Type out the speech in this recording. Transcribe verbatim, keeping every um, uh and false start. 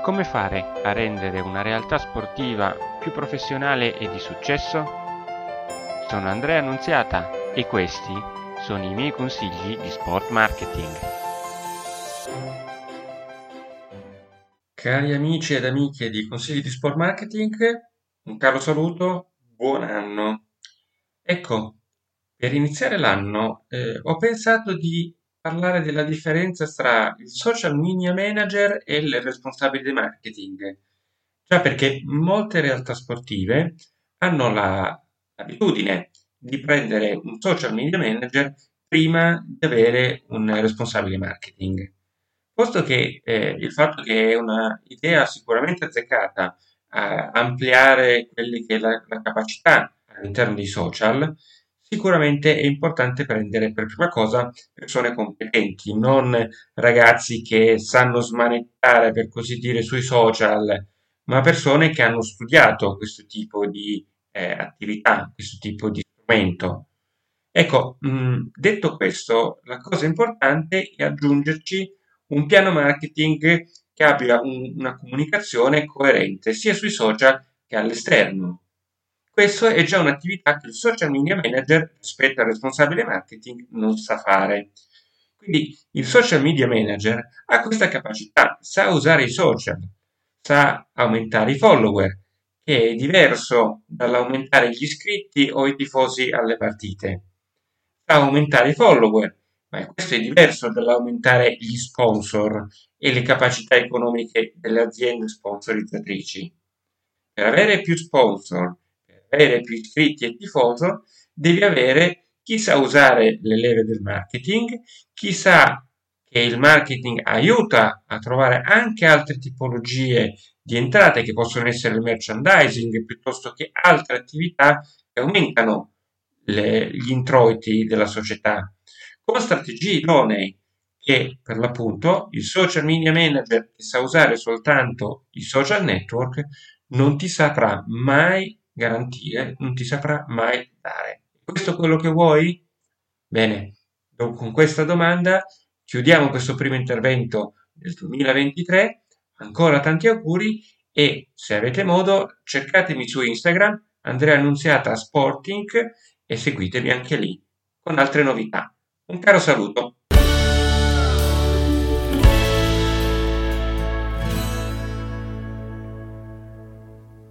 Come fare a rendere una realtà sportiva più professionale e di successo? Sono Andrea Annunziata e questi sono i miei consigli di sport marketing. Cari amici ed amiche di Consigli di Sport Marketing, un caro saluto, buon anno. Ecco, per iniziare l'anno eh, ho pensato di parlare della differenza tra il social media manager e il responsabile di marketing. Già perché molte realtà sportive hanno la- l'abitudine di prendere un social media manager prima di avere un responsabile marketing. Posto che eh, il fatto che è una idea sicuramente azzeccata a ampliare quelli che è la, la capacità all'interno dei social, sicuramente è importante prendere per prima cosa persone competenti, non ragazzi che sanno smanettare, per così dire, sui social, ma persone che hanno studiato questo tipo di eh, attività, questo tipo di strumento. Ecco, mh, detto questo, la cosa importante è aggiungerci un piano marketing che abbia un- una comunicazione coerente sia sui social che all'esterno. Questo è già un'attività che il social media manager rispetto al responsabile marketing non sa fare. Quindi il social media manager ha questa capacità, sa usare i social, sa aumentare i follower, che è diverso dall'aumentare gli iscritti o i tifosi alle partite. Sa aumentare i follower, ma questo è diverso dall'aumentare gli sponsor e le capacità economiche delle aziende sponsorizzatrici. Per avere più sponsor, per avere più iscritti e tifoso, devi avere chi sa usare le leve del marketing, chi sa che il marketing aiuta a trovare anche altre tipologie di entrate che possono essere il merchandising piuttosto che altre attività che aumentano le- gli introiti della società, con strategie idonee che per l'appunto il social media manager che sa usare soltanto i social network non ti saprà mai garantire, non ti saprà mai dare. Questo è quello che vuoi? Bene, do- con questa domanda chiudiamo questo primo intervento del duemilaventitré. Ancora tanti auguri e se avete modo cercatemi su Instagram Andrea Annunziata Sporting e seguitemi anche lì con altre novità. Un caro saluto.